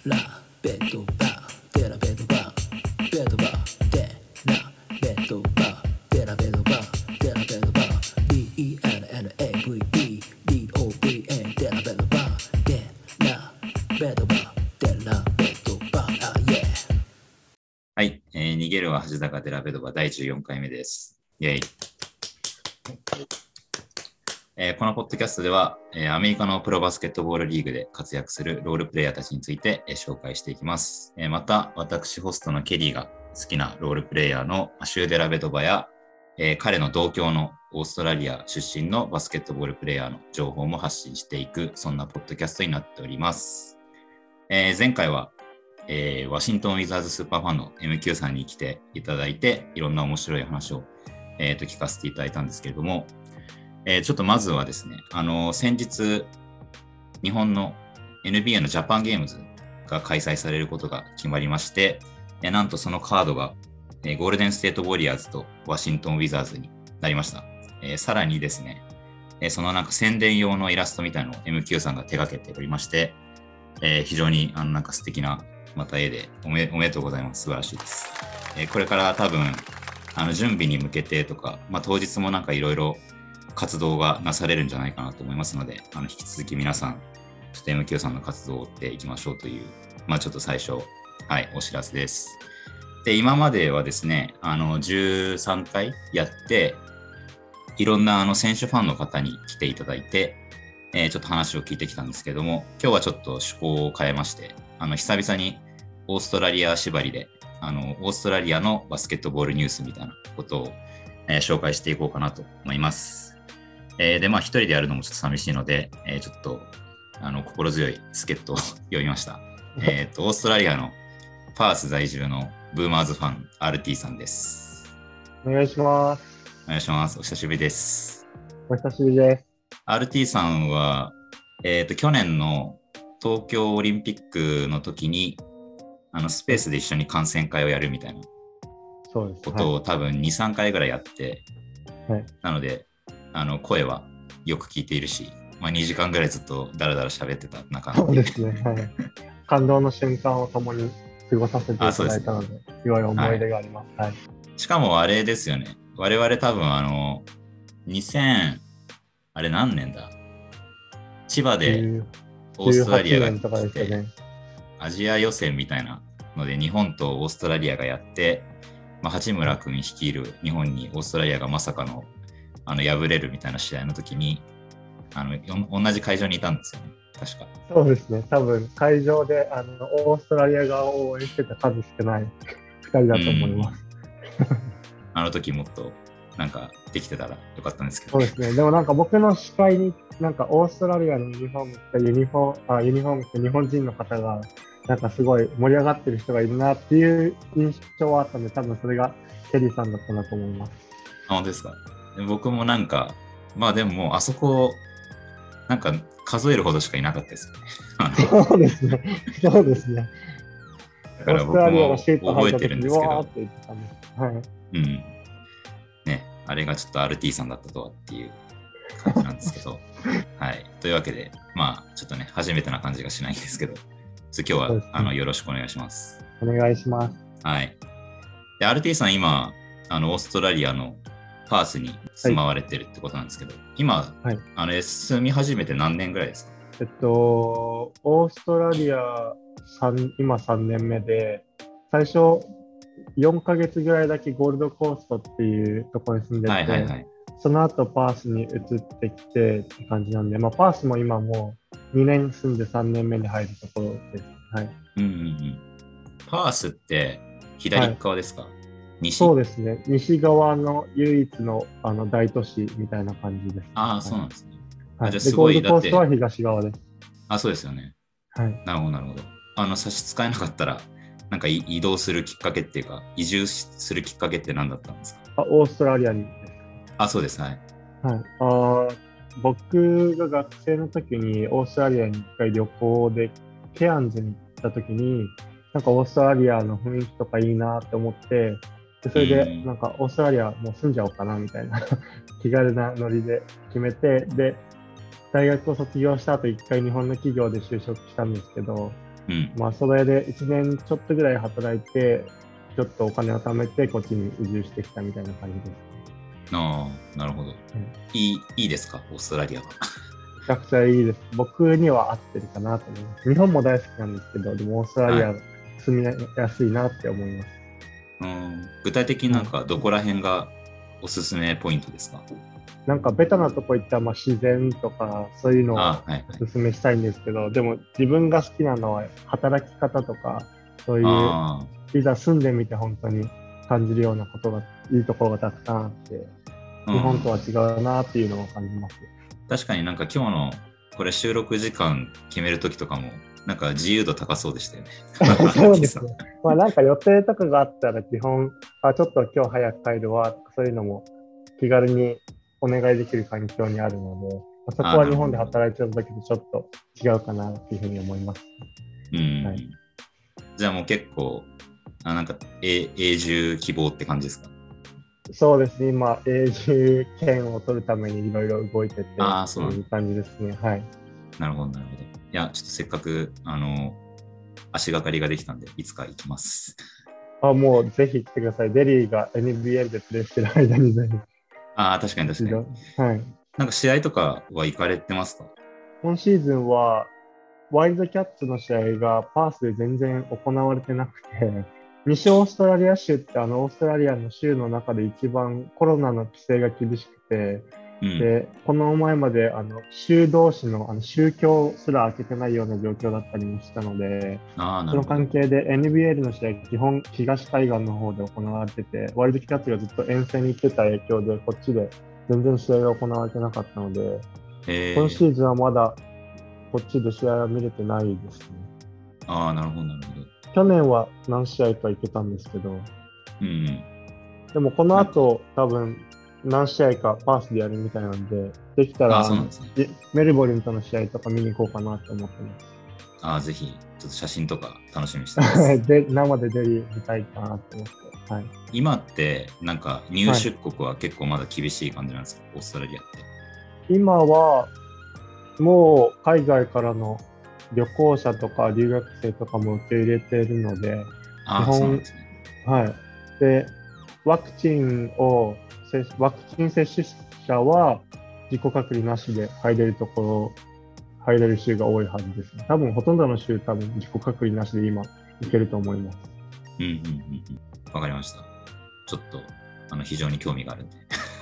ラベッドバーデラベッドバーベッドバーデラベッドバーデラベッドバーデラベッドバー DENNAVE DOVA デラベッドバーデラベッドバーデラベッドバーはい、逃げるは恥高デラベドバ第14回目です。イェイ。このポッドキャストでは、アメリカのプロバスケットボールリーグで活躍するロールプレイヤーたちについて、紹介していきます。また、私ホストのケリーが好きなロールプレイヤーのシューデラベドバや、彼の同郷のオーストラリア出身のバスケットボールプレイヤーの情報も発信していく、そんなポッドキャストになっております。前回はワシントンウィザーズスーパーファンの MQ さんに来ていただいて、いろんな面白い話を、聞かせていただいたんですけれども、ちょっとまずはですね、先日、日本の NBA のジャパンゲームズが開催されることが決まりまして、なんとそのカードが、ゴールデンステートウォリアーズとワシントンウィザーズになりました。さらにですね、そのなんか宣伝用のイラストみたいなのを MQ さんが手掛けておりまして、非常になんか素敵なまた絵でおめでとうございます。素晴らしいです。これから多分準備に向けてとか、当日もなんかいろいろ活動がなされるんじゃないかなと思いますので、引き続き皆さんちょっと MQ さんの活動を追っていきましょうという、ちょっと最初、はい、お知らせです。で、今まではですね、13回やって、いろんな選手ファンの方に来ていただいて、ちょっと話を聞いてきたんですけども、今日はちょっと趣向を変えまして、久々にオーストラリア縛りで、オーストラリアのバスケットボールニュースみたいなことを、紹介していこうかなと思います。で、一人でやるのもちょっと寂しいので、ちょっと、心強い助っ人を呼びました。オーストラリアのパース在住のブーマーズファン、RT さんです。 お願いします。 お願いします。お久しぶりです。 お久しぶりです。 RT さんは、去年の東京オリンピックの時に、スペースで一緒に観戦会をやるみたいなことを多分 2,3 回ぐらいやって、はい、なので声はよく聞いているし、2時間ぐらいずっとダラダラ喋ってた中で。 そうですね、はい、感動の瞬間を共に過ごさせていただいたので、すごい思い出があります、はい。 しかもあれですよね、我々多分2000あれ何年だ、千葉でオーストラリアが来て、ね、アジア予選みたいなので日本とオーストラリアがやって、八村君率いる日本にオーストラリアがまさかの敗れるみたいな試合の時に同じ会場にいたんですよね、確か。 そうですね、多分会場でオーストラリア側を応援してた数少ない2人だと思います。 あの時もっとなんかできてたらよかったんですけど。 そうですね。でもなんか僕の視界になんかオーストラリアのユニフォームってユニフォームって日本人の方がなんかすごい盛り上がってる人がいるなっていう印象はあったので、多分それがケリーさんだったなと思います。 本当ですか。僕もなんかでももうあそこなんか数えるほどしかいなかったですよね。 そうですね。そうですね。 だから僕も覚えてるんですけど。はい。ね、あれがちょっと RT さんだったとはっていう感じなんですけど。はい。というわけで、ちょっとね、初めてな感じがしないんですけど、今日は、ね、よろしくお願いします。 お願いします。 はい。で、RT さん今、オーストラリアのパースに住まわれてるってことなんですけど、今、住み始めて何年ぐらいですか？ オーストラリア今3年目で、最初4ヶ月ぐらいだけゴールドコーストっていうところに住んでて、その後パースに移ってきてって感じなんで、パースも今もう2年住んで3年目に入るところです。はい。 パースって左側ですか？はい、 そうですね。西側の唯一の大都市みたいな感じです。 ああ、そうなんですね。 はい、じゃあすごい、ゴールドコーストは東側です。 あ、そうですよね。はい。なるほど、なるほど。差し支えなかったら、なんか移動するきっかけっていうか、移住するきっかけって何だったんですか？ オーストラリアにです。 あ、そうです。はい。 はい。僕が学生の時にオーストラリアに一回旅行でケアンズに行った時に、なんかオーストラリアの雰囲気とかいいなって思って、でそれでなんかオーストラリアもう住んじゃおうかなみたいな気軽なノリで決めて、で大学を卒業した後一回日本の企業で就職したんですけど、 まあそれで1年ちょっとぐらい働いて、ちょっとお金を貯めてこっちに移住してきたみたいな感じです。 ああ、なるほど。いいですか、オーストラリアは。 めちゃくちゃいいです。僕には合ってるかなと思います。日本も大好きなんですけど、でもオーストラリア住みやすいなって思います。 具体的になんかどこら辺がおすすめポイントですか？ なんかベタなとこ行ったらまあ自然とかそういうのをおすすめしたいんですけど、でも自分が好きなのは働き方とか、そういういざ住んでみて本当に感じるようなことが、いいところがたくさんあって、日本とは違うなっていうのを感じます。 確かになんか今日のこれ収録時間決めるときとかもなんか自由度高そうでしたよね。 そうですね。まあなんか予定とかがあったら基本、ちょっと今日早く帰るわとかそういうのも気軽にお願いできる環境にあるので、そこは日本で働いてるだけどちょっと違うかなっていうふうに思います。 はい、じゃあもう結構なんか永住希望って感じですか？ そうですね。今永住権を取るためにいろいろ動いてて、 そういう感じですね。はい。 なるほどなるほど。いやちょっとせっかく足がかりができたんでいつか行きます。 もうぜひ来てください。デリーが NBL でプレーしてる間にぜひ。 確かに確かに。はい。なんか試合とかは行かれてますか？ 今シーズンはワイルドキャッツの試合がパースで全然行われてなくて、西オーストラリア州ってオーストラリアの州の中で一番コロナの規制が厳しくて、でこの前まで州同士の宗教すら開けてないような状況だったりもしたので、その関係で NBL の試合基本東海岸の方で行われてて、ワイルドキャッツがずっと遠征に行ってた影響でこっちで全然試合が行われてなかったので、今シーズンはまだこっちで試合は見れてないですね。 なるほどなるほど。 去年は何試合か行けたんですけど、でもこの後多分何試合かパースでやるみたいなんで、できたら、メルボルンとの試合とか見に行こうかなと思ってます。ぜひちょっと写真とか楽しみにしてます。 で生でデリ見たいかなと思って、はい。 今ってなんか入出国は結構まだ厳しい感じなんですか、オーストラリアって。 今はもう海外からの旅行者とか留学生とかも受け入れているので、 基本、 はい。で、ワクチン接種者は自己隔離なしで入れる州が多いはずですね。多分ほとんどの州自己隔離なしで今いけると思います。 わかりました。ちょっと非常に興味があるんで。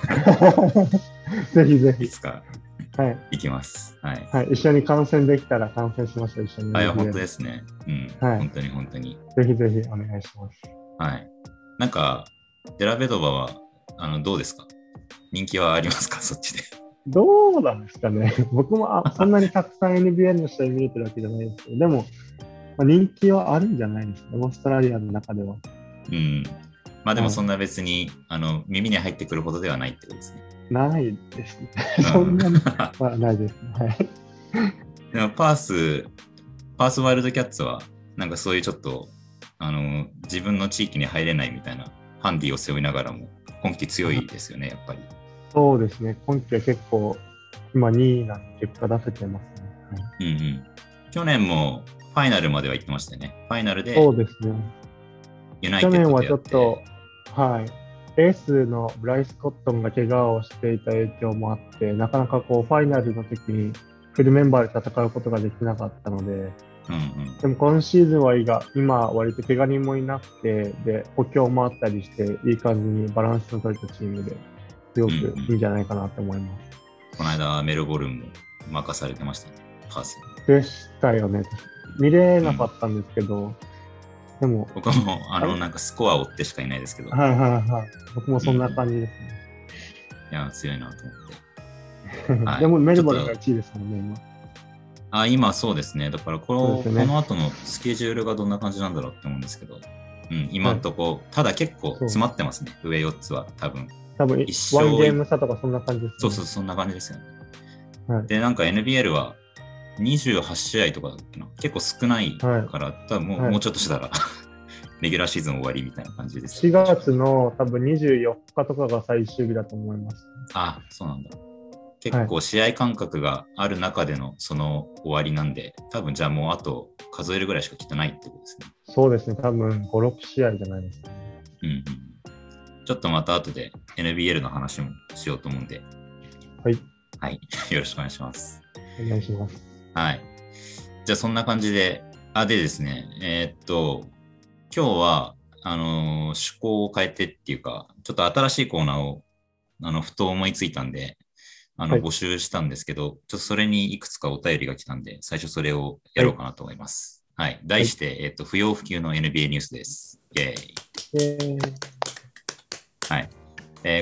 ぜひぜひ。 いつか行きます。 はい。一緒に観戦できたら観戦しましょう。一緒に。 本当ですね。本当に本当に。 ぜひぜひお願いします。 はい。なんかデラベドバはどうですか？人気はありますか？そっちで。 どうなんですかね。僕もそんなにたくさん NBA の試合見れてるわけじゃないですけど、でも、人気はあるんじゃないですか、オーストラリアの中では。 まあでもそんな別に、耳に入ってくるほどではないってことですね。 ないですね。そんなにはないですね。 でもパースワイルドキャッツは、なんかそういうちょっと、自分の地域に入れないみたいなハンディを背負いながらも、今季強いですよね、やっぱり。 そうですね。今季は結構、今2位な結果出せてますね。去年もファイナルまでは行ってましたよね。ファイナルで。 そうですね。 ユナイテッドでやって。 去年はちょっと、エースのブライス・コットンが怪我をしていた影響もあって、なかなかファイナルの時にフルメンバーで戦うことができなかったので、でも今シーズンは今割と怪我人もいなくて、で補強もあったりして、いい感じにバランスの取れたチームで、すごくいいんじゃないかなと思います。 この間、メルボルンも任されてましたね、パース。 でしたよね。見れなかったんですけど、でも僕もなんかスコアを追ってしかいないですけど。 僕もそんな感じですね。 いや、強いなと思って。 でもメルボルンが1位ですもんね、 今。今そうですね。だからこの後のスケジュールがどんな感じなんだろうって思うんですけど、今のとこ、ただ結構詰まってますね、上4つは多分 1ゲーム差とかそんな感じですね。そう、そんな感じですよね。で、なんか NBL は28試合とかだっけな。結構少ないから、多分もうちょっとしたらレギュラーシーズン終わりみたいな感じです、 4月の多分24日とかが最終日だと思います。 そうなんだ。 結構試合感覚がある中でのその終わりなんで、多分じゃあもうあと数えるぐらいしか来てないってことですね。 そうですね、多分5、6試合じゃないですか。 うんうん。ちょっとまた後で NBL の話もしようと思うんで。 はい。 はい。よろしくお願いします。 お願いします。 はい。じゃあそんな感じで、でですね、今日は、趣向を変えてっていうか、ちょっと新しいコーナーを、ふと思いついたんで、募集したんですけど、ちょっとそれにいくつかお便りが来たんで、最初それをやろうかなと思います。はい。題して、不要不急の NBA ニュースです。イェーイ。はい。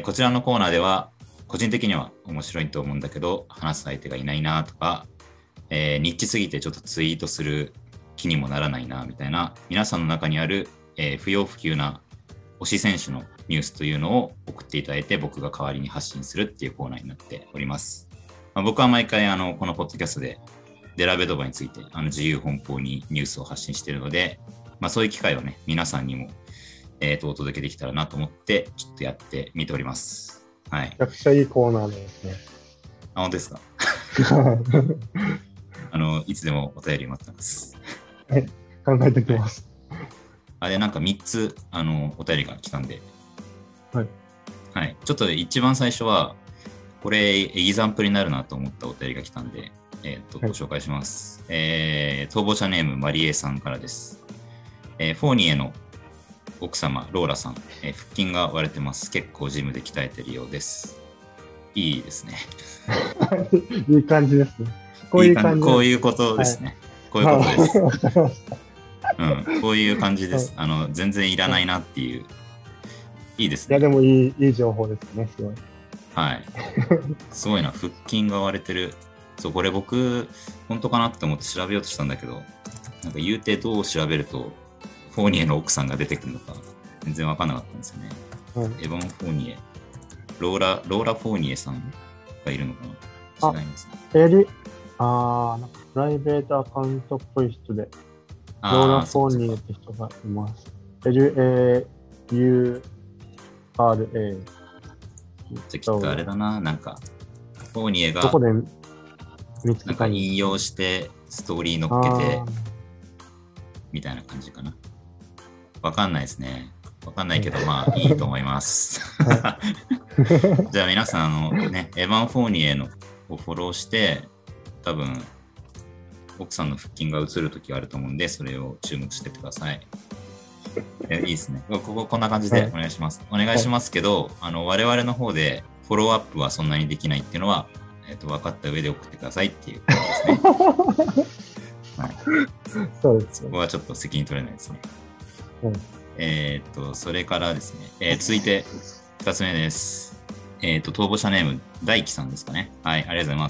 こちらのコーナーでは、個人的には面白いと思うんだけど、話す相手がいないなとか、ニッチすぎてちょっとツイートする気にもならないなみたいな、皆さんの中にある、不要不急な推し選手のニュースというのを送っていただいて、僕が代わりに発信するっていうコーナーになっております。僕は毎回このポッドキャストでデラベドバについて自由奔放にニュースを発信しているので、そういう機会をね、皆さんにも、お届けできたらなと思ってちょっとやってみております。はい。 めちゃくちゃいいコーナーですね。 本当ですか？いつでもお便り待ってます。 はい、考えておきます。 で、なんか3つお便りが来たんで、 はい。 はい。ちょっと一番最初は、これエキザンプルになるなと思ったお便りが来たんで、ご紹介します。逃亡者ネームマリエさんからです。フォーニエの奥様、ローラさん、腹筋が割れてます。結構ジムで鍛えてるようです。いいですね。 いい感じですね。こういう感じ。 こういうことですね。こういうことです。こういう感じです。全然いらないなっていう。いいですね。 いや、でもいい情報ですね、すごい。 はい。すごいな、腹筋が割れてる。そう、これ僕、本当かなって思って調べようとしたんだけど、なんか言うてどう調べると、フォーニエの奥さんが出てくるのか、全然わかんなかったんですよね。エヴァン・フォーニエ。ローラ・フォーニエさんがいるのかな？違いますね。なんかプライベートアカウントっぽい人で、ローラ・フォーニエって人がいます。LAURA。 じゃあきっとあれだな、なんか、フォーニエが、 どこで見つけなんか引用してストーリー乗っけて、みたいな感じかな。わかんないですね。わかんないけど、いいと思います。じゃあ皆さん、エヴァン・フォーニエのをフォローして、多分、奥さんの腹筋が映るときがあると思うんで、それを注目してください。いいですね。こんな感じでお願いします。お願いしますけど、我々の方でフォローアップはそんなにできないっていうのは、分かった上で送ってくださいっていうことですね。はい。 そうですね。 そこはちょっと責任取れないですね。それからですね、続いて2つ目です。逃亡者ネーム、大輝さんですかね。はい、ありがとうございます。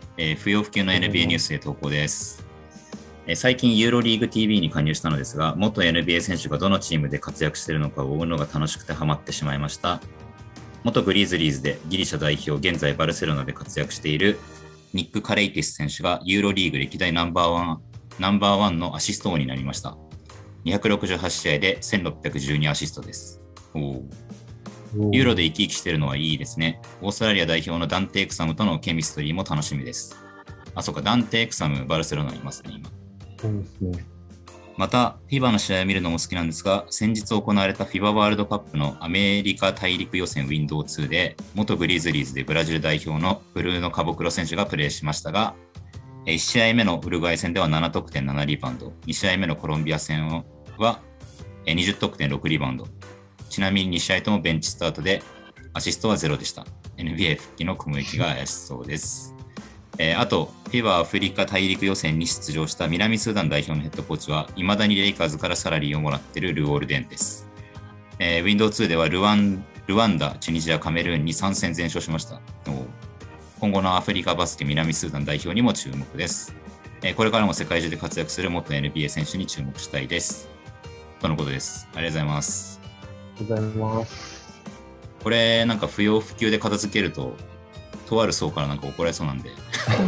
不要不急の NBA ニュースへ投稿です。最近ユーロリーグ TV に加入したのですが、元 NBA 選手がどのチームで活躍しているのかを追うのが楽しくてハマってしまいました。元グリズリーズでギリシャ代表、現在バルセロナで活躍しているニック・カレイティス選手がユーロリーグ歴代ナンバーワンのアシスト王になりました。268試合で1612アシストです。ユーロで生き生きしているのはいいですね。オーストラリア代表のダンテ・エクサムとのケミストリーも楽しみです。そうか、ダンテ・エクサム、バルセロナにいますね、今。 そうですね。 また、FIBA の試合を見るのも好きなんですが、先日行われた FIBA ワールドカップのアメリカ大陸予選ウィンドウ2で、元グリズリーズでブラジル代表のブルーノ・カボクロ選手がプレーしましたが、1試合目のウルグアイ戦では7得点7リバウンド、2試合目のコロンビア戦は20得点6リバウンド。ちなみに2試合ともベンチスタートでアシストは0でした。NBA 復帰の雲行きが怪しそうです。あと、FIBA アフリカ大陸予選に出場した南スーダン代表のヘッドコーチは、いまだにレイカーズからサラリーをもらっているルオールデンです。ウィンドウ2ではルワンダ、チュニジア、カメルーンに3戦全勝しました。今後のアフリカバスケ南スーダン代表にも注目です。これからも世界中で活躍する元 NBA 選手に注目したいです。とのことです。ありがとうございます。 ありがとうございます。 これ、なんか不要不急で片付けると、とある層からなんか怒られそうなんで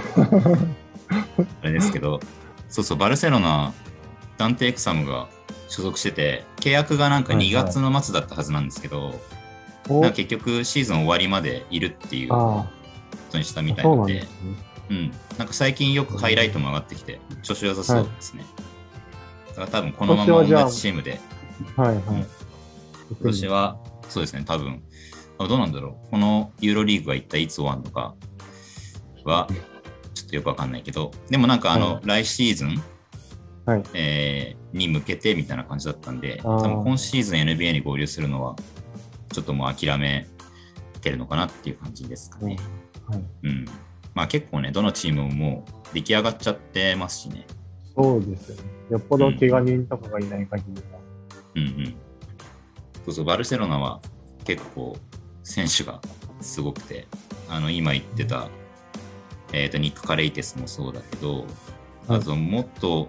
あれですけど、そうバルセロナダンテ・エクサムが所属してて、契約がなんか2月の末だったはずなんですけど、なんか結局シーズン終わりまでいるっていうことにしたみたいなので、 そうなんですね。 うん、なんか最近よくハイライトも上がってきて、調子良さそうですね。だから多分このまま同じチームで、 はいはい。 今年は、そうですね、多分、どうなんだろう、このユーロリーグが一体いつ終わるのかは、ちょっとよくわかんないけど、でもなんか来シーズン、 はいに向けてみたいな感じだったんで、多分今シーズン NBA に合流するのは、ちょっともう諦めてるのかなっていう感じですかね。 はいうん。まあ結構ね、どのチームももう出来上がっちゃってますしね。 そうですよね。よっぽど怪我人とかがいない限りは。 うんうん。そうそう、バルセロナは結構選手がすごくて、今言ってた、ニック・カレイテスもそうだけど、あと元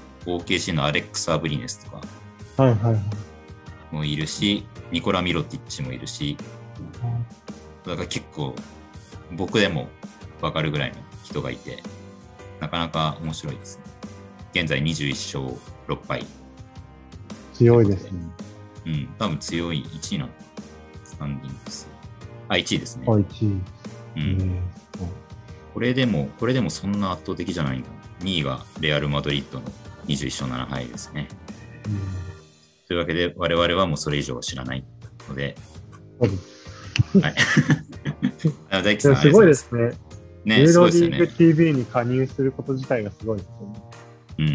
OKC のアレックス・アブリネスとかもいるし、ニコラ・ミロティッチもいるし、だから結構僕でも分かるぐらいの人がいて、なかなか面白いですね。現在21勝6敗。 強いですね。 うん、多分強い1位なの。スタンディングス。1位ですね。 1位。 うん。これでもそんな圧倒的じゃないんだ。2位がレアル・マドリッドの21勝7敗ですね。というわけで、我々はもうそれ以上は知らないので、はい。大輝さん、 すごいですね。 ね、 ユーロリーグ TV に加入すること自体がすごいですよね。 うんうんうん。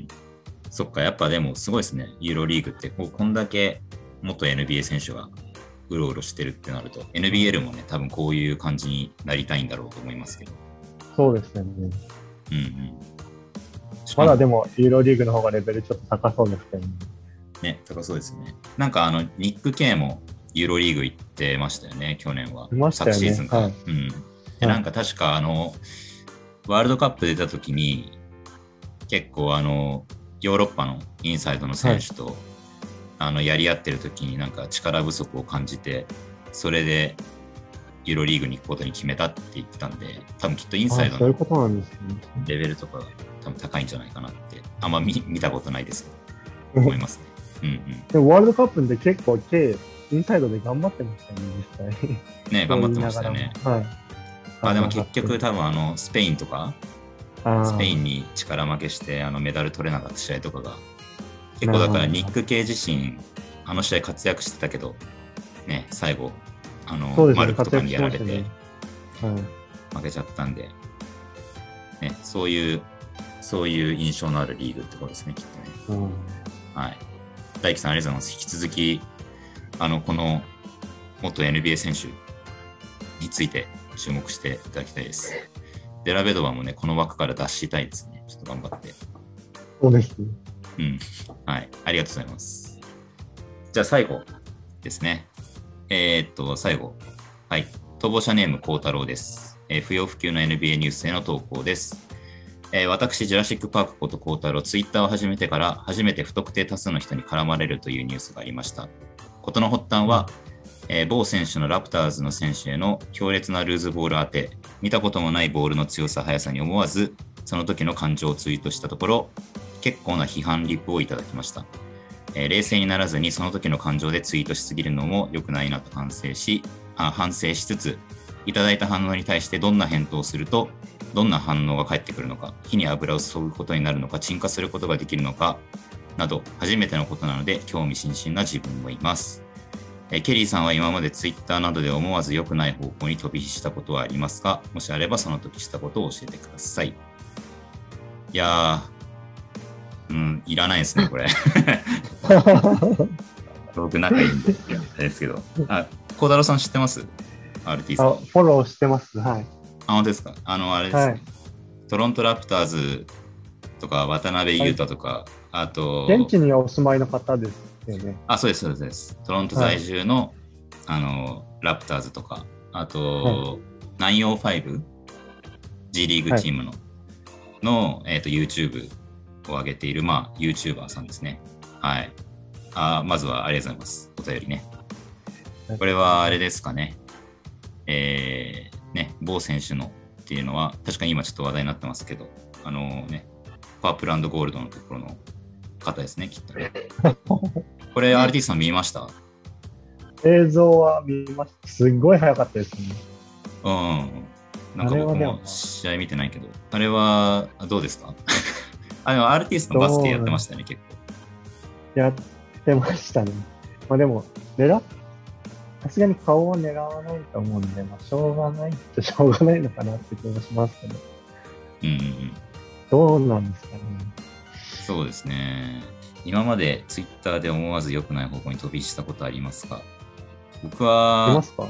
そっか、やっぱでもすごいですね。ユーロリーグってこんだけ元 NBA 選手がうろうろしてるってなると、NBL もね、多分こういう感じになりたいんだろうと思いますけど。 そうですよね。 うんうん。 まだでもユーロリーグの方がレベルちょっと高そうですけどね。 ね、高そうですね。なんかニック・ケイもユーロリーグ行ってましたよね、去年は。 昨シーズンか。うん。で、なんか確かワールドカップ出た時に、結構ヨーロッパのインサイドの選手と、やり合ってる時になんか力不足を感じて、それでユーロリーグに行くことに決めたって言ってたんで、多分きっとインサイドのレベルとかが多分高いんじゃないかなって、あんま見たことないですけど、思いますね。うんうん。 でもワールドカップで結構インサイドで頑張ってましたよね、実際。 ね、頑張ってましたよね。 はい。 でも結局多分スペインとか、スペインに力負けしてメダル取れなかった試合とかが結構だからニック系自身試合活躍してたけどね、最後マルクとかにやられて負けちゃったんで、ね、そういう印象のあるリーグってことですね、きっとね。はい。大輝さんありがとうございます。引き続きこの元 NBA 選手について注目していただきたいです。デラベドバもね、この枠から脱したいですね。ちょっと頑張って。 そうですね。 うん。はい。ありがとうございます。じゃあ最後ですね。最後。はい。逃亡者ネーム孝太郎です。不要不急の NBA ニュースへの投稿です。私、ジュラシックパークこと孝太郎、ツイッターを始めてから初めて不特定多数の人に絡まれるというニュースがありました。事の発端は、某選手のラプターズの選手への強烈なルーズボール当て、見たこともないボールの強さ速さに思わずその時の感情をツイートしたところ、結構な批判リプをいただきました。冷静にならずにその時の感情でツイートしすぎるのも良くないなと反省しつつ、いただいた反応に対してどんな返答をするとどんな反応が返ってくるのか、火に油を注ぐことになるのか、鎮火することができるのかなど、初めてのことなので興味津々な自分もいます。ケリーさんは今までツイッターなどで思わず良くない方向に飛び火したことはありますか？もしあればその時したことを教えてください。いやー、いらないですね、これ。僕仲いいんで、あれですけど。孝太郎さん知ってます？ RT さん。 フォローしてます。はい。 本当ですか？あれですね、はい。トロントラプターズとか渡辺裕太とか、はい、あと現地にお住まいの方ですよね。 そうですそうです。トロント在住の、はい、ラプターズとか、あと、はい、905 G リーグチームの、YouTube を上げている、YouTuber さんですね。はい。まずはありがとうございます。お便りね。これはあれですかね。某選手のっていうのは、確かに今ちょっと話題になってますけど、パープル&ゴールドのところの方ですね、きっとね。これ、RT さん見ました？ 映像は見ました。すっごい早かったですね。 なんか僕も試合見てないけど、あれはどうですか？でもアルティスのバスケやってましたね、結構。 やってましたね。まあでも、さすがに顔は狙わないと思うんで、まあ、しょうがないってしょうがないのかなって気もしますけど。 うんうんうん。 どうなんですかね。 そうですね。今までツイッターで思わず良くない方向に飛びしたことありますか？僕は、 いますか？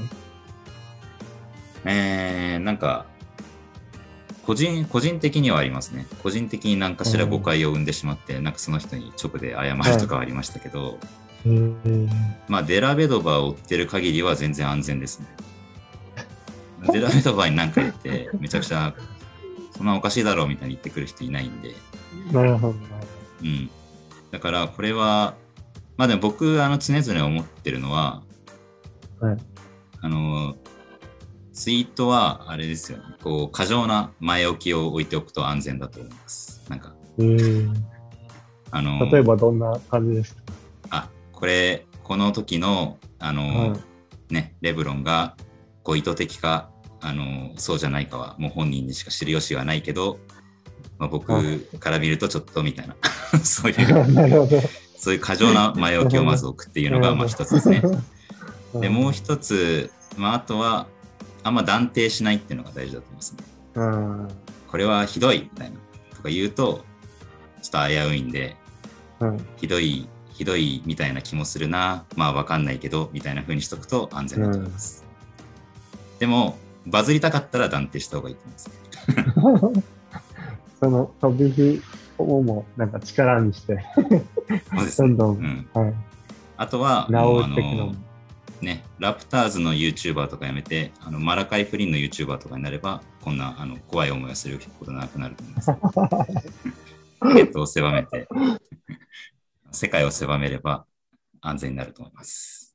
なんか、個人的にはありますね。個人的に何かしら誤解を生んでしまって、なんかその人に直で謝るとかはありましたけど、まあデラベドバーを追ってる限りは全然安全ですね。デラベドバーに何か言ってめちゃくちゃそんなおかしいだろうみたいに言ってくる人いないんで。 なるほど。 うん。だからこれはまあでも僕常々思ってるのは、 はい、 ツイートはあれですよね。こう過剰な前置きを置いておくと安全だと思います。なんか。例えばどんな感じですか？ この時のね、レブロンがこう意図的かそうじゃないかはもう本人にしか知る由がないけど、まあ、僕から見るとちょっとみたいなそういう過剰な前置きをまず置くっていうのがまあ一つですね。でもう一つ、まあ、あとはあんま断定しないっていうのが大事だと思いますね。これはひどいみたいなとか言うとちょっと危ういんで、ひどいみたいな気もするな、まあ分かんないけどみたいな風にしとくと安全だと思います。でもバズりたかったら断定した方がいいと思います。 その飛び火をもなんか力にしてどんどん、 あとはね、ラプターズの YouTuber とかやめてマラカイ・フリンの YouTuber とかになればこんな怖い思いをすることなくなると思います。ゲットを狭めて世界を狭めれば安全になると思います。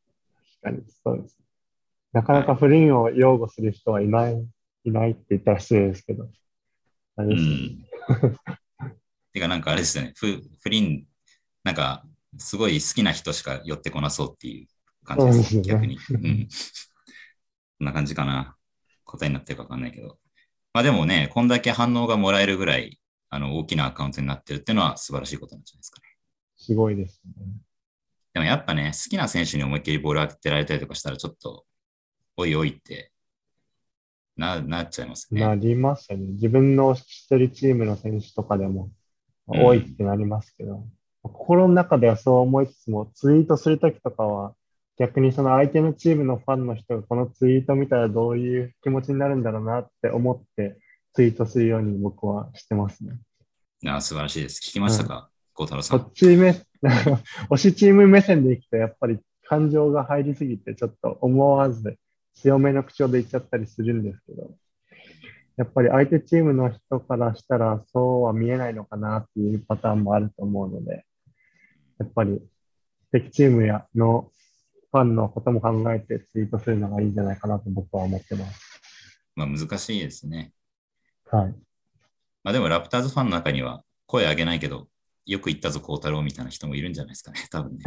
確かにそうです。なかなかフリンを擁護する人はいないって言ったら失礼ですけど。あれですね。 てかなんかあれですよね。フリンなんかすごい好きな人しか寄ってこなそうっていう感じです、逆に。こんな感じかな。答えになってるか分かんないけど。まあでもね、こんだけ反応がもらえるぐらい大きなアカウントになってるっていうのは素晴らしいことなんじゃないですかね。 すごいですね。 でもやっぱね、好きな選手に思いっきりボール当ててられたりとかしたらちょっと、おいおいってなっちゃいますね。 なりますよね。自分の知ってるチームの選手とかでも、多いってなりますけど、心の中ではそう思いつつも、ツイートするときとかは、逆にその相手のチームのファンの人がこのツイート見たらどういう気持ちになるんだろうなって思ってツイートするように僕はしてますね。 素晴らしいです。聞きましたか、孝太郎さん。 推しチーム目線でいくとやっぱり感情が入りすぎてちょっと思わず強めの口調で言っちゃったりするんですけど、やっぱり相手チームの人からしたらそうは見えないのかなっていうパターンもあると思うので、やっぱり敵チームのファンのことも考えてツイートするのがいいんじゃないかなと僕は思ってます。 まあ難しいですね。 はい。 まあでもラプターズファンの中には声上げないけど、よく言ったぞ孝太郎みたいな人もいるんじゃないですかね、多分ね。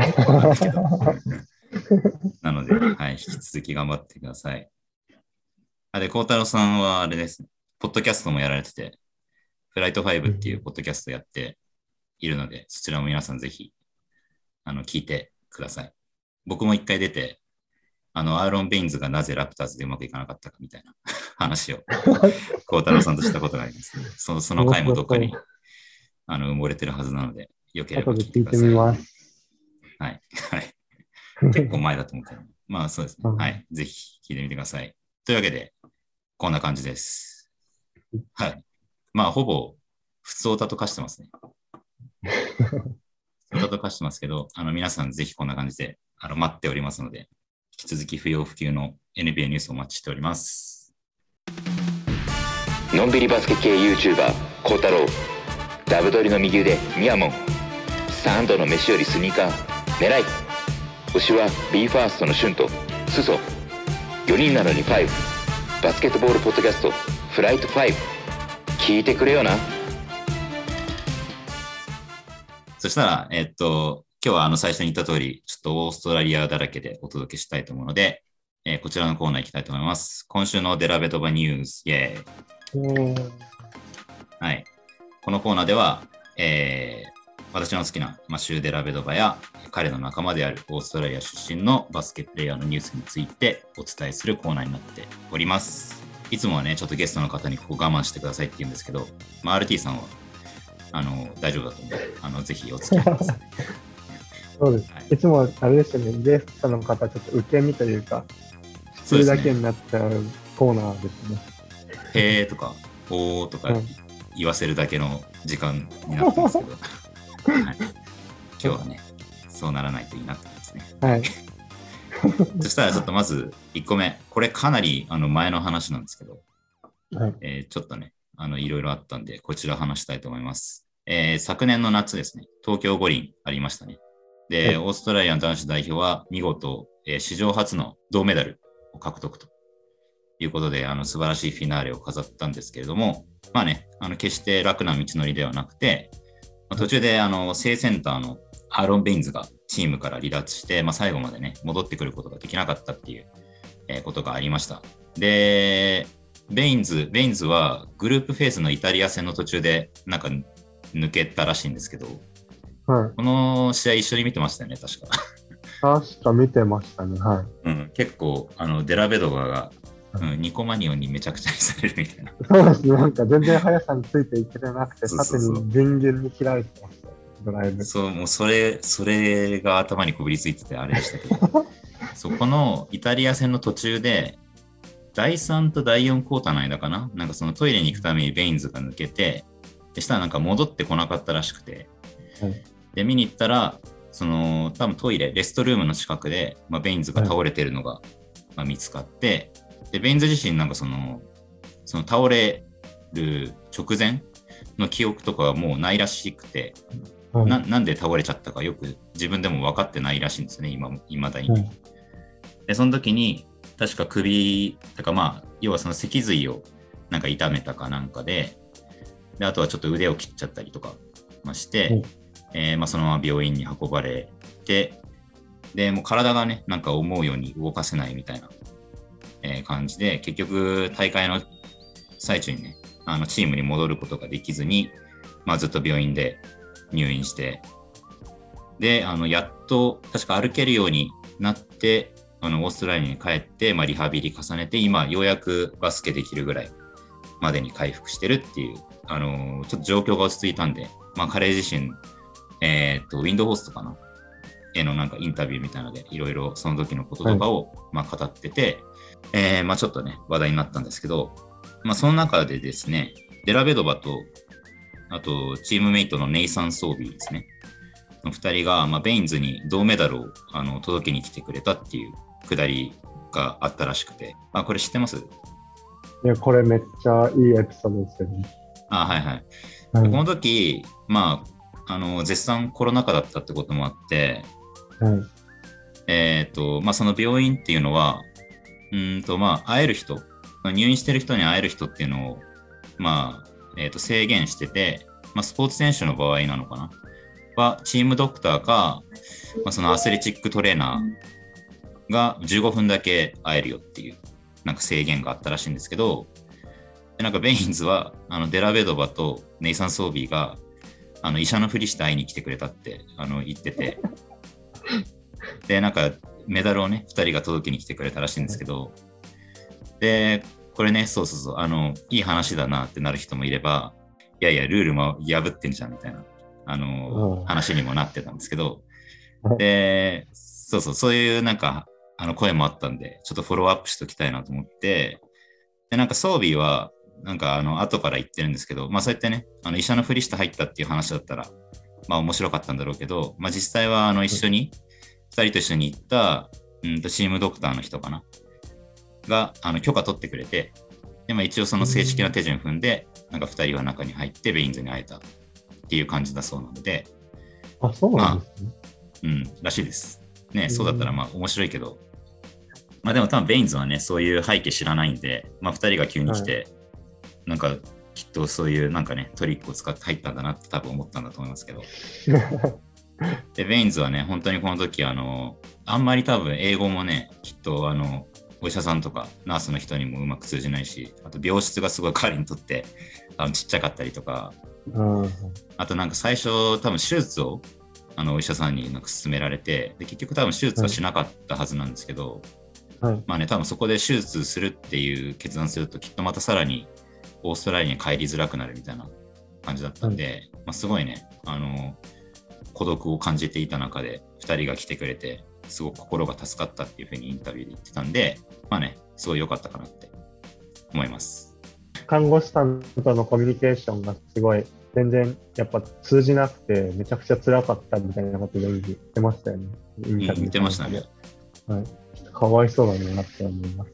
なので、はい、引き続き頑張ってください。で、孝太郎さんはあれですね、ポッドキャストもやられてて、フライト5っていうポッドキャストやっているので、そちらも皆さんぜひ、聞いてください。僕も一回出て、アーロン・ベインズがなぜラプターズでうまくいかなかったかみたいな話を、孝太郎さんとしたことがあります。その回もどっかに埋もれてるはずなので、よければ聞いてください。はい。はい。結構前だと思うけど、まあそうですね。はい。ぜひ聞いてみてください。というわけで、こんな感じです。はい。まあほぼ普通歌と化してますね。歌と化してますけど、皆さんぜひこんな感じで待っておりますので、引き続き不要不急の NBA ニュースをお待ちしております。 のんびりバスケ系 YouTuber 孝太郎、ダブドリの右腕ミヤモン、3度の飯よりスニーカー狙い、推しは BE:FIRST のシュンとスソ、4人なのに5、バスケットボールポッドキャストフライト5、聞いてくれよな。 そしたら今日は最初に言った通りちょっとオーストラリアだらけでお届けしたいと思うので、 こちらのコーナー行きたいと思います。今週のデラベドバニュース、イェーイ。はい。このコーナーでは、私の好きな、シューデラベドバや彼の仲間であるオーストラリア出身のバスケプレイヤーのニュースについてお伝えするコーナーになっております。いつもはね、ちょっとゲストの方にここ我慢してくださいって言うんですけど、RT さんは大丈夫だと思うので、ぜひお付き合いください。 そうです。はい、いつもあれですよね、ゲストの方、ちょっと受け身というか、それだけになっちゃうコーナーですね。 へーとか、おーとか言わせるだけの時間になってますけど、はい、今日はね、そうならないといいなってですね。 はい。 そしたらちょっとまず1個目、これかなり前の話なんですけど、 はい、 ちょっとね、いろいろあったんで、こちら話したいと思います。昨年の夏ですね、東京五輪ありましたね。で、オーストラリアの男子代表は見事、史上初の銅メダルを獲得ということで、素晴らしいフィナーレを飾ったんですけれども、まあね、決して楽な道のりではなくて、途中で正センターのアーロン・ベインズがチームから離脱して、最後までね、戻ってくることができなかったっていう、ことがありました。で、ベインズはグループフェーズのイタリア戦の途中でなんか抜けたらしいんですけど、 はい、 この試合一緒に見てましたよね、確か。 確か見てましたね、はい。 結構、デラベドバが、ニコマニオンにめちゃくちゃにされるみたいな。 そうですね、なんか全然速さについていけてなくて、縦にギンギンに切られてました、ドライブ。 そう、もうそれが頭にこびりついててあれでしたけど、そこのイタリア戦の途中で、第3と第4クォーターの間かな、なんかそのトイレに行くためにベインズが抜けて、でしたらなんか戻ってこなかったらしくて、で見に行ったら、多分トイレ、レストルームの近くで、ベインズが倒れてるのが、見つかって、でベインズ自身なんかその倒れる直前の記憶とかはもうないらしくて、なんで倒れちゃったかよく自分でも分かってないらしいんですよね、今だに。でその時に確か首とか要はその脊髄をなんか痛めたかなんかで、あとはちょっと腕を切っちゃったりとかして、そのまま病院に運ばれて、でもう体がねなんか思うように動かせないみたいな、感じで、結局大会の最中にねチームに戻ることができずに、ずっと病院で入院して、でやっと確か歩けるようになってオーストラリアに帰って、リハビリ重ねて今ようやくバスケできるぐらいまでに回復してるっていう、ちょっと状況が落ち着いたんで、彼自身ウィンドホーストかなへのなんかインタビューみたいなのでいろいろその時のこととかを語ってて、ちょっとね話題になったんですけど、その中でですね、デラベドバとあとチームメイトのネイサン・ソービーですねの2人が、ベインズに銅メダルを届けに来てくれたっていうくだりがあったらしくて、これ知ってます？ いや、これめっちゃいいエピソードですよね。 はいはい。この時、絶賛コロナ禍だったってこともあって、その病院っていうのは、会える人、入院してる人に会える人っていうのを、制限してて、スポーツ選手の場合なのかなは、チームドクターか、そのアスレチックトレーナーが15分だけ会えるよっていう、なんか制限があったらしいんですけど、でなんかベインズは、デラベドバとネイサン・ソービーが、医者のふりして会いに来てくれたって言ってて、で、なんかメダルをね、2人が届けに来てくれたらしいんですけど、で、これね、そう、いい話だなってなる人もいれば、いやいや、ルールも破ってんじゃんみたいな、話にもなってたんですけど、で、そういうなんか、声もあったんで、ちょっとフォローアップしておきたいなと思って、で、なんかソービーは、なんか後から言ってるんですけど、そうやってね、医者のふりして入ったっていう話だったら、面白かったんだろうけど、実際は2人と一緒に行った、チームドクターの人かなが許可取ってくれて、で、一応その正式な手順踏んで、なんか2人は中に入ってベインズに会えたっていう感じだそうなので、 そうなんですね。 らしいです。ね、そうだったら面白いけど、でも多分ベインズはね、そういう背景知らないんで、2人が急に来て、なんかきっとそういうなんかね、トリックを使って入ったんだなって多分思ったんだと思いますけど。で、ベインズはね、本当にこの時、あんまり多分英語もね、きっとお医者さんとかナースの人にもうまく通じないし、あと病室がすごい彼にとってちっちゃかったりとか、あとなんか最初多分手術をお医者さんになんか勧められて、で結局多分手術はしなかったはずなんですけど、まあね、多分そこで手術するっていう決断するときっとまたさらにオーストラリアに帰りづらくなるみたいな感じだったんで、まあ、すごいね孤独を感じていた中で2人が来てくれてすごく心が助かったっていうふうにインタビューで言ってたんで、まあね、すごい良かったかなって思います。 看護師さんとのコミュニケーションがすごい全然やっぱ通じなくてめちゃくちゃ辛かったみたいなことで言ってましたよね。 言ってましたね。 はい、かわいそうだなって思います。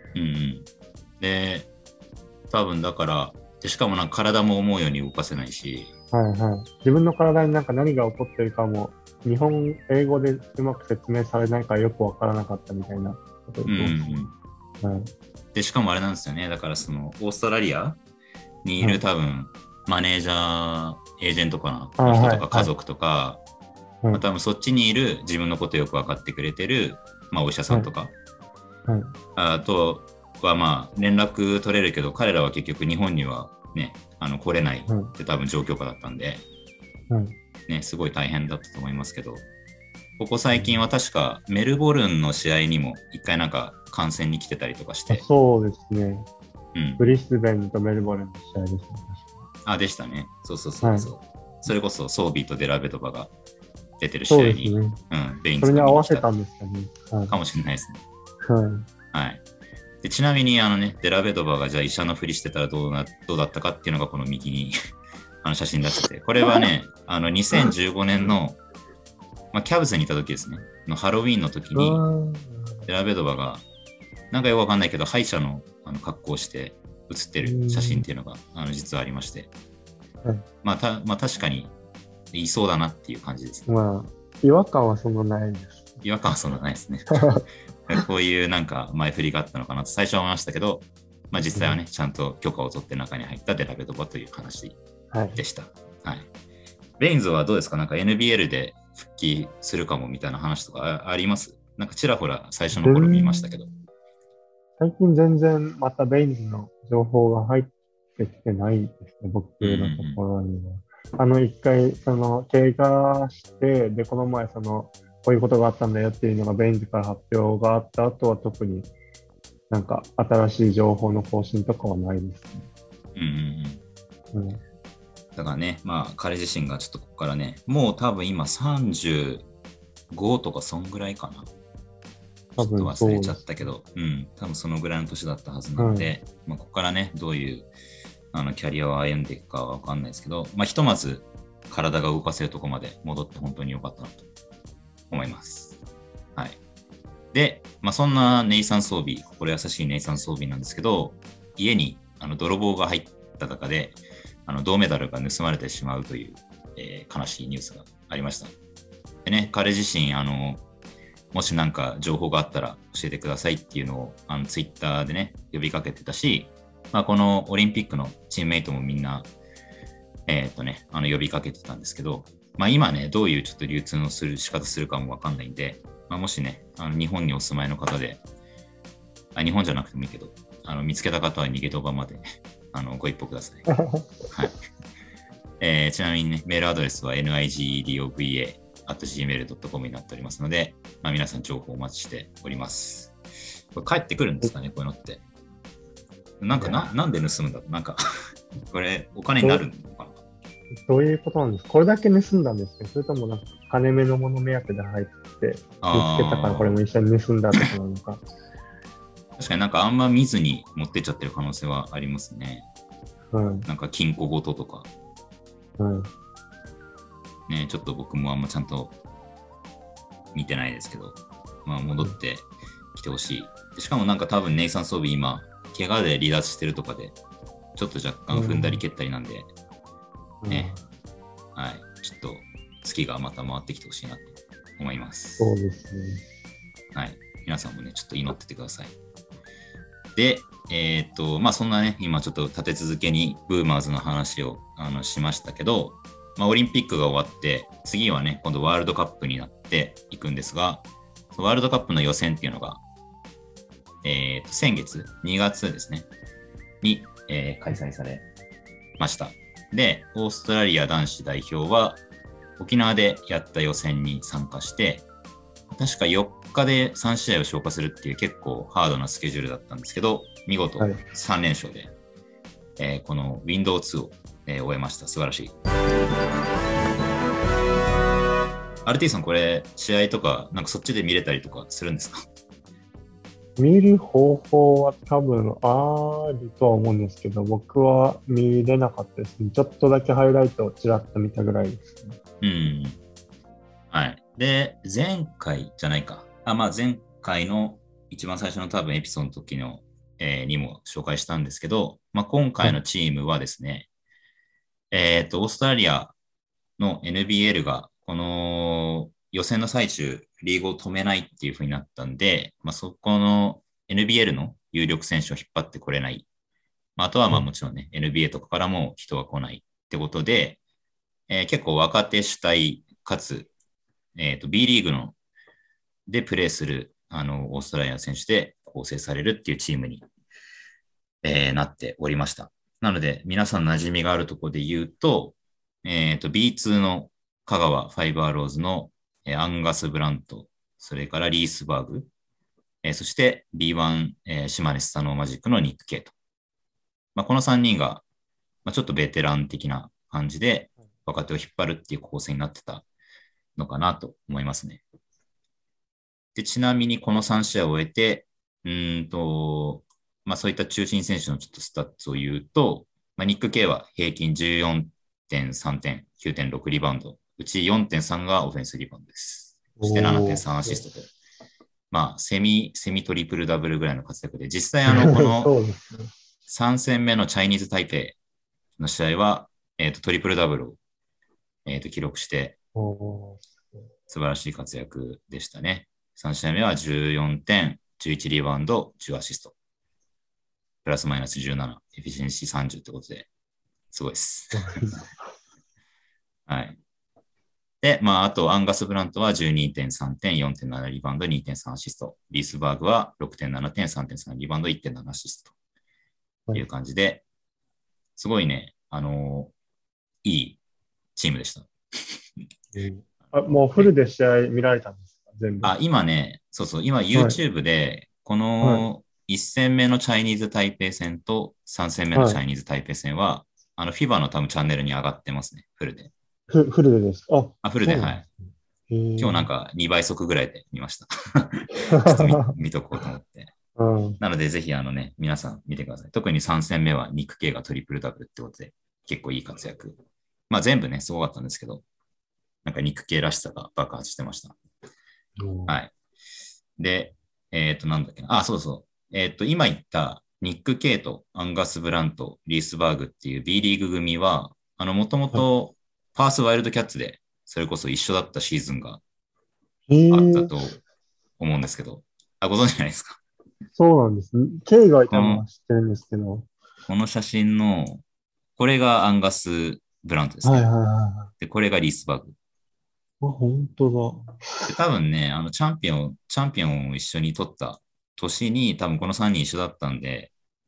で、多分だからでしかもなんか体も思うように動かせないし、 自分の体になんか何が起こってるかも日本英語でうまく説明されないからよくわからなかったみたいなことを言ってました。 でしかもあれなんですよね。だからそのオーストラリアにいる多分、マネージャーエージェントかなの人とか家族とか、まあ、多分そっちにいる自分のことよく分かってくれてる、まあ、お医者さんとか、あとはまあ連絡取れるけど彼らは結局日本にはね来れないって多分状況下だったんで、ね、すごい大変だったと思いますけど、ここ最近は確かメルボルンの試合にも一回なんか観戦に来てたりとかして。 そうですね、ブリスベンとメルボルンの試合ですね。 でしたね。そう、それこそソービーとデラベドバが出てる試合に、ベインズが見に来た。 それに合わせたんですかね。 かもしれないですね。でちなみにデラベドバがじゃあ医者のふりしてたらどうだったかっていうのがこの右に写真出してて、これはね2015年の、まあ、キャブスにいた時ですねのハロウィーンの時にデラベドバがなんかよくわかんないけど歯医者の格好をして写ってる写真っていうのが実はありまして、まあ確かにいそうだなっていう感じですね。 まあ違和感はそんなないです。 違和感はそんなないですね。こういうなんか前振りがあったのかなと最初は思いましたけど、まあ、実際はねちゃんと許可を取って中に入ったデラベドバという話でした。レインズはどうですか？なんか NBL で復帰するかもみたいな話とかあります？なんかちらほら最初の頃見ましたけど。 最近全然またベインズの情報が入ってきてないですね、僕のところには。一回、怪我して、で、この前、こういうことがあったんだよっていうのがベインズから発表があった後は特になんか新しい情報の更新とかはないですね。 だからね、まあ彼自身がちょっとここからね、もう多分今35とかそんぐらいかな。ちょっと忘れちゃったけど、多分そのぐらいの年だったはずなので、まあ、ここからね、どういうキャリアを歩んでいくかは分かんないですけど、まあ、ひとまず体が動かせるところまで戻って本当に良かったなと思います。で、まあ、そんなネイサン・ソービー、心優しいネイサン・ソービーなんですけど、家に泥棒が入った中で、銅メダルが盗まれてしまうという、悲しいニュースがありました。でね、彼自身、もし何か情報があったら教えてくださいっていうのをツイッターでね呼びかけてたし、まあ、このオリンピックのチームメイトもみんな呼びかけてたんですけど、まあ、今ねどういうちょっと流通の仕方するかもわかんないんで、まあ、もしね日本にお住まいの方で日本じゃなくてもいいけど見つけた方は逃げ飛ばまでご一報ください。ちなみにねメールアドレスは nigdova@gmail.com になっておりますので、まあ、皆さん情報お待ちしております。これ帰ってくるんですかね、こういうのって。なんで盗むんだろう、なんかこれお金になるのかな。 どういうことなんですか？これだけ盗んだんですか？それともなんか金目のもの目当てで入って見つけたからこれも一緒に盗んだとかなのか。 確かになんかあんま見ずに持ってっちゃってる可能性はありますね。なんか金庫ごととか。ね、ちょっと僕もあんまちゃんと見てないですけど、まあ、戻ってきてほしい。しかもなんか多分ネイサン・ソービー今怪我で離脱してるとかでちょっと若干踏んだり蹴ったりなんで、ね、ちょっと月がまた回ってきてほしいなと思います。 そうですね。 皆さんもねちょっと祈っててください。で、まあそんなね今ちょっと立て続けにブーマーズの話をしましたけど、まあ、オリンピックが終わって次はね今度ワールドカップになっていくんですが、ワールドカップの予選っていうのが先月、2月ですね、に、開催されました。で、オーストラリア男子代表は、沖縄でやった予選に参加して、確か4日で3試合を消化するっていう結構ハードなスケジュールだったんですけど、見事3連勝で、この Windows2 を、終えました。素晴らしい。RT さん、これ、試合とか、なんかそっちで見れたりとかするんですか？ 見る方法は多分あるとは思うんですけど、僕は見れなかったですね。ちょっとだけハイライトをちらっと見たぐらいですね。 うん。はい。で、前回じゃないか。前回の一番最初の多分エピソードの時の、にも紹介したんですけど、今回のチームはですね、オーストラリアの NBL がこの予選の最中、リーグを止めないっていう風になったんで、そこの NBL の有力選手を引っ張ってこれない。あとはもちろんね、NBA とかからも人が来ないってことで、結構若手主体かつ、B リーグのでプレーするオーストラリアの選手で構成されるっていうチームに、なっておりました。なので、皆さん馴染みがあるところで言うと、B2 の香川ファイバーローズのアンガス・ブラント、それからリースバーグ、そして B1、島根スタノーマジックのニック・ケイト。この3人が、ちょっとベテラン的な感じで若手を引っ張るっていう構成になってたのかなと思いますね。で、ちなみにこの3試合を終えて、そういった中心選手のちょっとスタッツを言うと、ニック・ケイは平均 14.3 点、9.6 リバウンド、うち 4.3 がオフェンスリバウンドです。そして 7.3 アシストと。セミトリプルダブルぐらいの活躍で、実際この3戦目のチャイニーズ台北の試合は、トリプルダブルを、記録して、素晴らしい活躍でしたね。3試合目は14点、11リバウンド、10アシスト。プラスマイナス17、エフィシェンシー30ってことで、すごいです。はい。で、あと、アンガス・ブラントは 12.3 点、4.7 リバウンド、2.3 アシスト。リースバーグは 6.7 点、3.3 リバウンド、1.7 アシスト。という感じで、すごいね、いいチームでした。 もうフルで試合見られたんですか？全部。 今ね、今 YouTube で、この1戦目のチャイニーズ台北戦と3戦目のチャイニーズ台北戦は、FIBA の多分チャンネルに上がってますね、フルで。 フルでですか？ フルで、はい。今日なんか2倍速ぐらいで見ました。ちょっと見とこうと思って。なので、ぜひ皆さん見てください。特に3戦目はニック・ケイがトリプルダブルってことで、結構いい活躍。全部ね、すごかったんですけど、なんかニック・ケイらしさが爆発してました。はい。で、なんだっけな。そうそう。今言ったニック・ケイとアンガス・ブラント、リースバーグっていう B リーグ組は、もともとパース・ワイルドキャッツで、それこそ一緒だったシーズンがあったと思うんですけど、ご存知ないですか？ そうなんです。K がいたのは知ってるんですけど。 この写真の、これがアンガス・ブラントですね。で、これがリースバーグ。 本当だ。 で、多分ね、チャンピオンを一緒に取った年に、多分この3人一緒だったんで。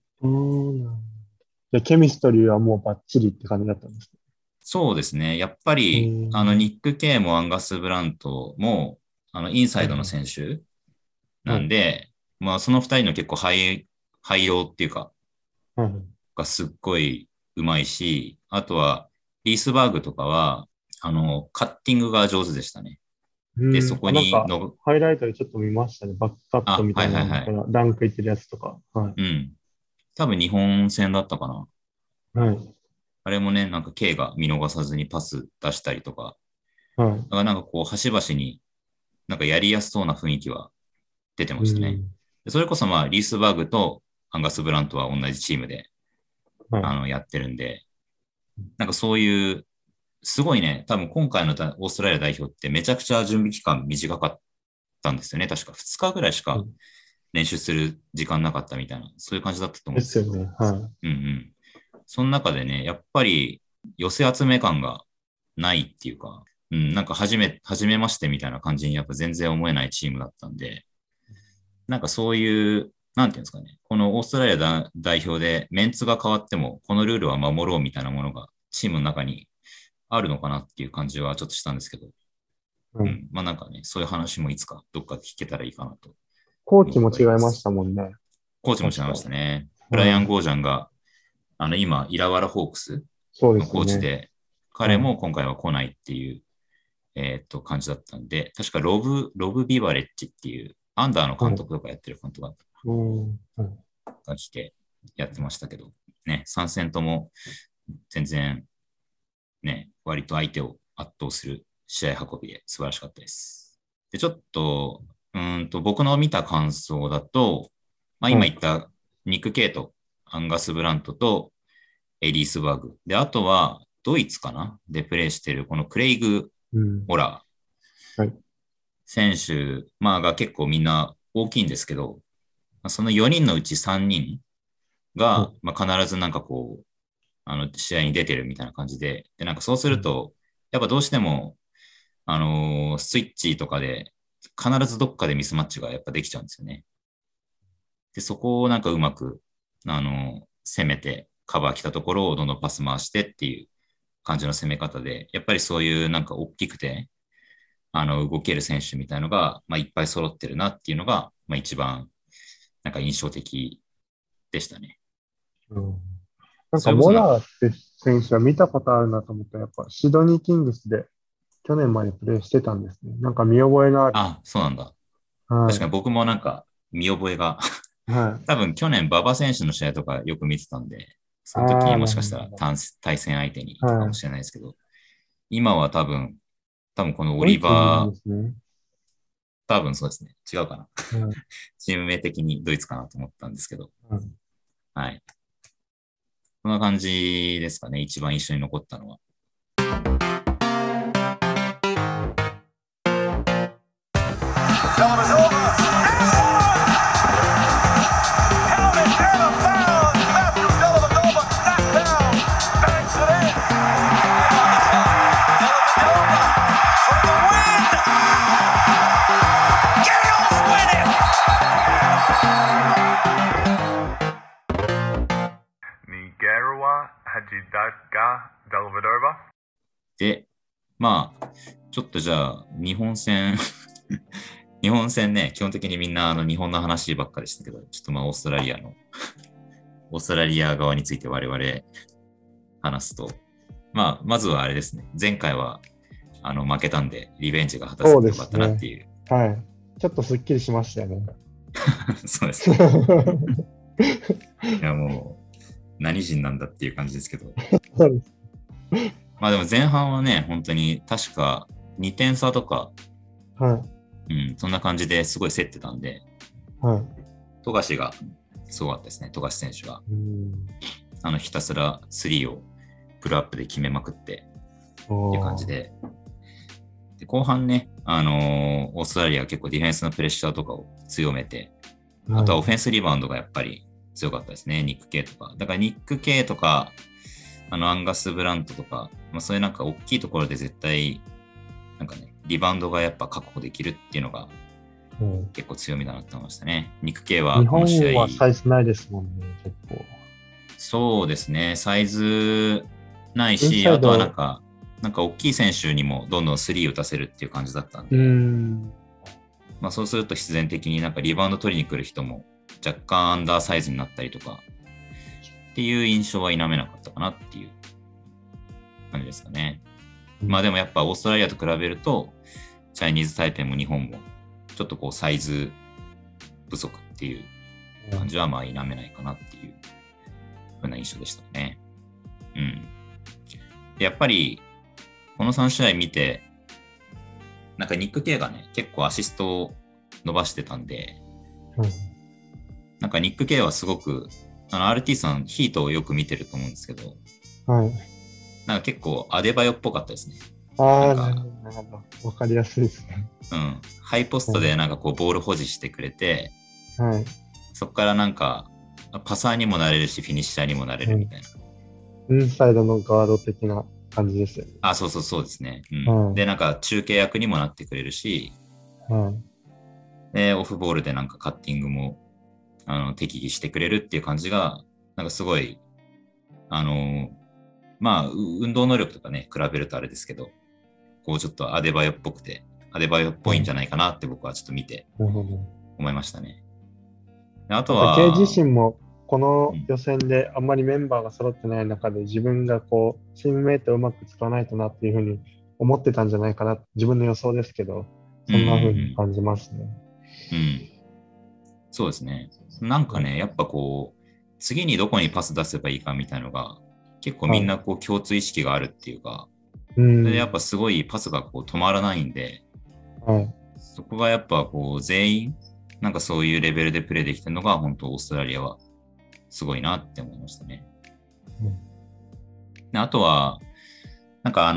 ケミストリーはもうバッチリって感じだったんですか？ そうですね。やっぱり、ニック・ケイもアンガス・ブラントも、インサイドの選手なんで、その2人の結構汎用っていうか、がすっごい上手いし、あとは、リースバーグとかは、カッティングが上手でしたね。で、そこにハイライトでちょっと見ましたね。バックカットみたいな、ダンクいってるやつとか。 多分日本戦だったかな。 あれもね、なんか K が見逃さずにパス出したりとか、だからなんかこう、端々になんかやりやすそうな雰囲気は出てましたね。それこそリースバーグとアンガス・ブラントは同じチームで、やってるんで、なんかそういう、すごいね、多分今回のオーストラリア代表ってめちゃくちゃ準備期間短かったんですよね。確か2日ぐらいしか練習する時間なかったみたいな、そういう感じだったと思うんですよ。 ですよね。 その中でね、やっぱり寄せ集め感がないっていうか、なんか初めましてみたいな感じにやっぱ全然思えないチームだったんで、なんかそういうなんていうんですかね、このオーストラリア代表でメンツが変わっても、このルールは守ろうみたいなものがチームの中にあるのかなっていう感じはちょっとしたんですけど、まあなんかね、そういう話もいつかどっかで聞けたらいいかなと。 コーチも違いましたもんね。 コーチも違いましたね。ブライアン・ゴージャンが、今、イラワラ・ホークスのコーチで、彼も今回は来ないっていう、感じだったんで、確かロブ・ビバレッジっていう、アンダーの監督とかやってる監督が来てやってましたけど、ね、3戦とも全然、ね、割と相手を圧倒する試合運びで素晴らしかったです。で、ちょっと、僕の見た感想だと、まあ、今言ったニック・ケイト、アンガス・ブラントとエリースバーグ。で、あとはドイツかなでプレーしているこのクレイグ・オラー選手、まあ、が結構みんな大きいんですけど、その4人のうち3人が、まあ、必ずなんかこう、試合に出てるみたいな感じで、で、なんかそうすると、やっぱどうしても、スイッチとかで必ずどっかでミスマッチがやっぱできちゃうんですよね。で、そこをなんかうまく、攻めてカバー来たところをどんどんパス回してっていう感じの攻め方で、やっぱりそういうなんか大きくて、動ける選手みたいのが、まあ、いっぱい揃ってるなっていうのが、まあ、一番なんか印象的でしたね。 なんかモラーって選手は見たことあるなと思ったら、やっぱシドニーキングスで去年までプレーしてたんですね。なんか見覚えのある。 あ、そうなんだ。確かに僕もなんか見覚えが多分去年馬場選手の試合とかよく見てたんで、その時にもしかしたら対戦相手にかもしれないですけど、今は多分このオリバー、多分そうですね。違うかな。チーム名的にドイツかなと思ったんですけど。はい。こんな感じですかね。一番印象に残ったのは。で、まあ、ちょっとじゃあ、日本戦ね、基本的にみんな日本の話ばっかでしたけど、ちょっとまあ、オーストラリア側について我々話すと、まあ、まずはあれですね、前回は負けたんで、リベンジが果たせてよかったなっていう。 はい。ちょっとすっきりしましたよね。 そうですね。いや、もう、何人なんだっていう感じですけど。 そうです。 まあでも前半はね、本当に確か2点差とか、そんな感じですごい競ってたんで、富樫がすごかったですね、富樫選手が。ひたすら3をプルアップで決めまくってっていう感じで。で後半ね、オーストラリアは結構ディフェンスのプレッシャーとかを強めて、あとはオフェンスリバウンドがやっぱり強かったですね、ニック・ケイとか。だからニック・ケイとか、アンガス・ブラントとか、まあ、そういうなんか大きいところで絶対、なんかね、リバウンドがやっぱ確保できるっていうのが結構強みだなって思いましたね。ニック・ケイはこの試合。 日本はサイズないですもんね、結構。 そうですね、サイズないし、あとはなんか大きい選手にもどんどん3打たせるっていう感じだったんで、まあ、そうすると必然的になんかリバウンド取りに来る人も若干アンダーサイズになったりとかっていう印象は否めなかったかなっていう感じですかね。まあでもやっぱオーストラリアと比べるとチャイニーズタイペイも日本もちょっとこうサイズ不足っていう感じはまあ否めないかなっていうふうな印象でしたね。やっぱりこの3試合見てなんかニック・ケイがね結構アシストを伸ばしてたんで、なんかニック・ケイはすごくRT さんヒートをよく見てると思うんですけど、なんか結構アデバヨっぽかったですね。 なるほど。わかりやすいですね。 ハイポストでなんかこうボール保持してくれて、そこからなんかパサーにもなれるしフィニッシャーにもなれるみたいな。 インサイドのガード的な感じですよね。 そうですね。で、なんか中継役にもなってくれるし、でオフボールでなんかカッティングも適宜してくれるっていう感じが、なんかすごい、まあ、運動能力とかね、比べるとあれですけど、こうちょっとアデバヨっぽくて、アデバヨっぽいんじゃないかなって僕はちょっと見て思いましたね。あとは、 K 自身もこの予選であんまりメンバーが揃ってない中で自分がこうチームメイトをうまく使わないとなっていうふうに思ってたんじゃないかな、自分の予想ですけど、そんなふうに感じますね。 そうですね。なんかね、やっぱこう、次にどこにパス出せばいいかみたいなのが、結構みんなこう共通意識があるっていうか、でやっぱすごいパスがこう止まらないんで、そこがやっぱこう全員、なんかそういうレベルでプレーできてるのが、本当オーストラリアはすごいなって思いましたね。であとは、なんか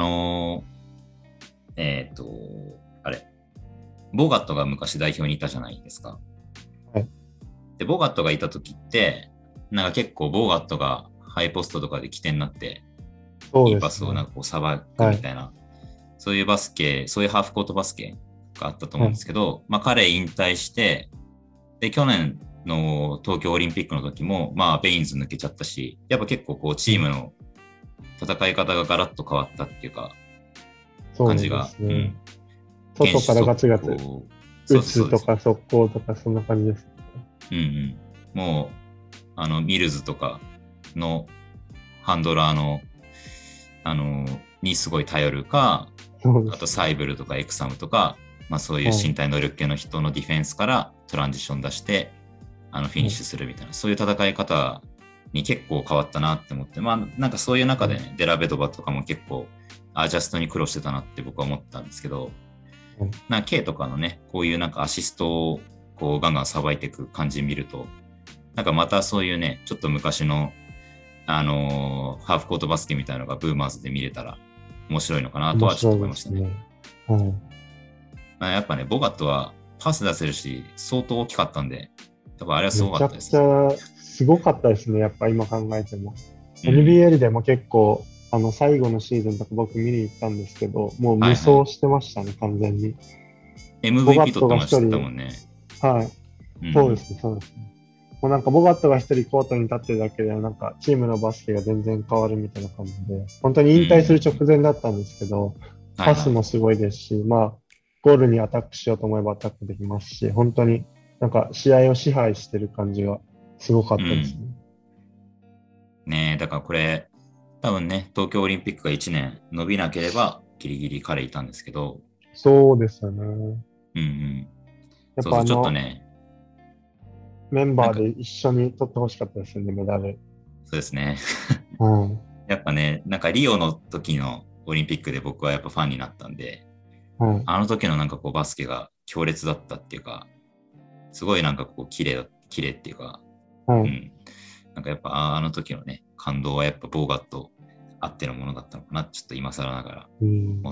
あれ、ボガットが昔代表にいたじゃないですか。で、ボガットがいた時って、なんか結構ボガットがハイポストとかで起点になって、いいパスをなんかこうさばくみたいな、そういうバスケ、そういうハーフコートバスケがあったと思うんですけど、まあ彼引退して、で、去年の東京オリンピックの時も、まあベインズ抜けちゃったし、やっぱ結構こうチームの戦い方がガラッと変わったっていうか、感じが。 外からガツガツ打つとか速攻とかそんな感じです。 もうミルズとかのハンドラーのにすごい頼るか、あとサイブルとかエクサムとか、まあ、そういう身体能力系の人のディフェンスからトランジション出してフィニッシュするみたいな、そういう戦い方に結構変わったなって思って、まあなんかそういう中でね、デラベドバとかも結構アジャストに苦労してたなって僕は思ったんですけど、なんか K とかのね、こういうなんかアシストをこうガンガンさばいていく感じ見ると、なんかまたそういうね、ちょっと昔のハーフコートバスケみたいなのがブーマーズで見れたら面白いのかなとはちょっと思いましたね。やっぱね、ボガットはパス出せるし、相当大きかったんで、多分あれはすごかったです、 ね。めちゃくちゃすごかったですね、やっぱ今考えても。NBL でも結構、最後のシーズンとか僕見に行ったんですけど、もう無双してましたね、完全に。 MVP 取ってましたもんね。 はい。そうですね、そうですね。もうなんかボガットが一人コートに立ってるだけで、なんかチームのバスケが全然変わるみたいな感じで、本当に引退する直前だったんですけど、パスもすごいですし、まあ、ゴールにアタックしようと思えばアタックできますし、本当になんか試合を支配してる感じがすごかったですね。 ねえ、だからこれ、多分ね、東京オリンピックが1年伸びなければ、ギリギリ彼いたんですけど。 そうですよね。 やっぱちょっとね、 メンバーで一緒に取ってほしかったですよね、メダル。 そうですね。やっぱね、なんかリオの時のオリンピックで僕はやっぱファンになったんで、あの時のなんかこうバスケが強烈だったっていうか、すごいなんかこう綺麗っていうか、なんかやっぱあの時のね、感動はやっぱボーガットあってのものだったのかな、ちょっと今更ながら思って、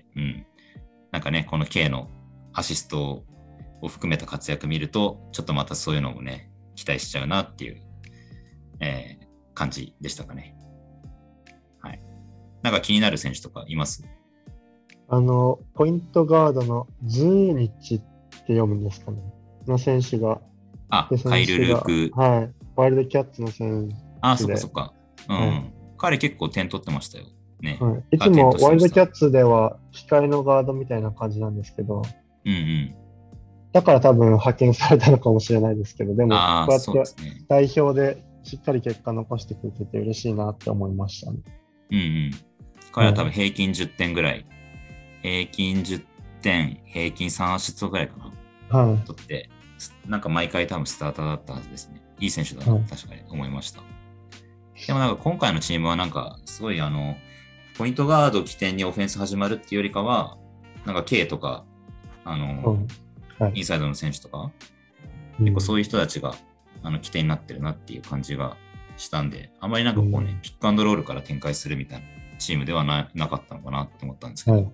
なんかね、この K のアシストを含めた活躍見ると、ちょっとまたそういうのもね、期待しちゃうなっていう、感じでしたかね。はい。なんか気になる選手とかいます？ ポイントガードのズーニッチって読むんですかね。の選手が。 カイル・ルーク。 はい。ワイルドキャッツの選手で。 そっかそっか。彼結構点取ってましたよ。ね。 いつもワイルドキャッツでは控えのガードみたいな感じなんですけど。だから多分派遣されたのかもしれないですけど、でもこうやって代表でしっかり結果残してくれてて嬉しいなって思いましたね。 彼は多分平均10点ぐらい。平均10点、平均3アシストぐらいかな。取って、なんか毎回多分スターターだったはずですね。いい選手だな、確かに思いました。でもなんか今回のチームはなんかすごいポイントガード起点にオフェンス始まるっていうよりかは、なんか K とか、インサイドの選手とか、結構そういう人たちが起点になってるなっていう感じがしたんで、あまりなんかこうね、ピックアンドロールから展開するみたいなチームではなかったのかなって思ったんですけど、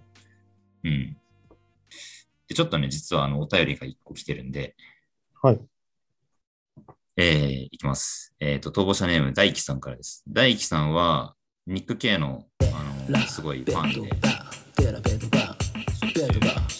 でちょっとね、実はお便りが1個来てるんで、いきます。逃亡者ネーム、大輝さんからです。大輝さんは、ニック系の、すごいファンで、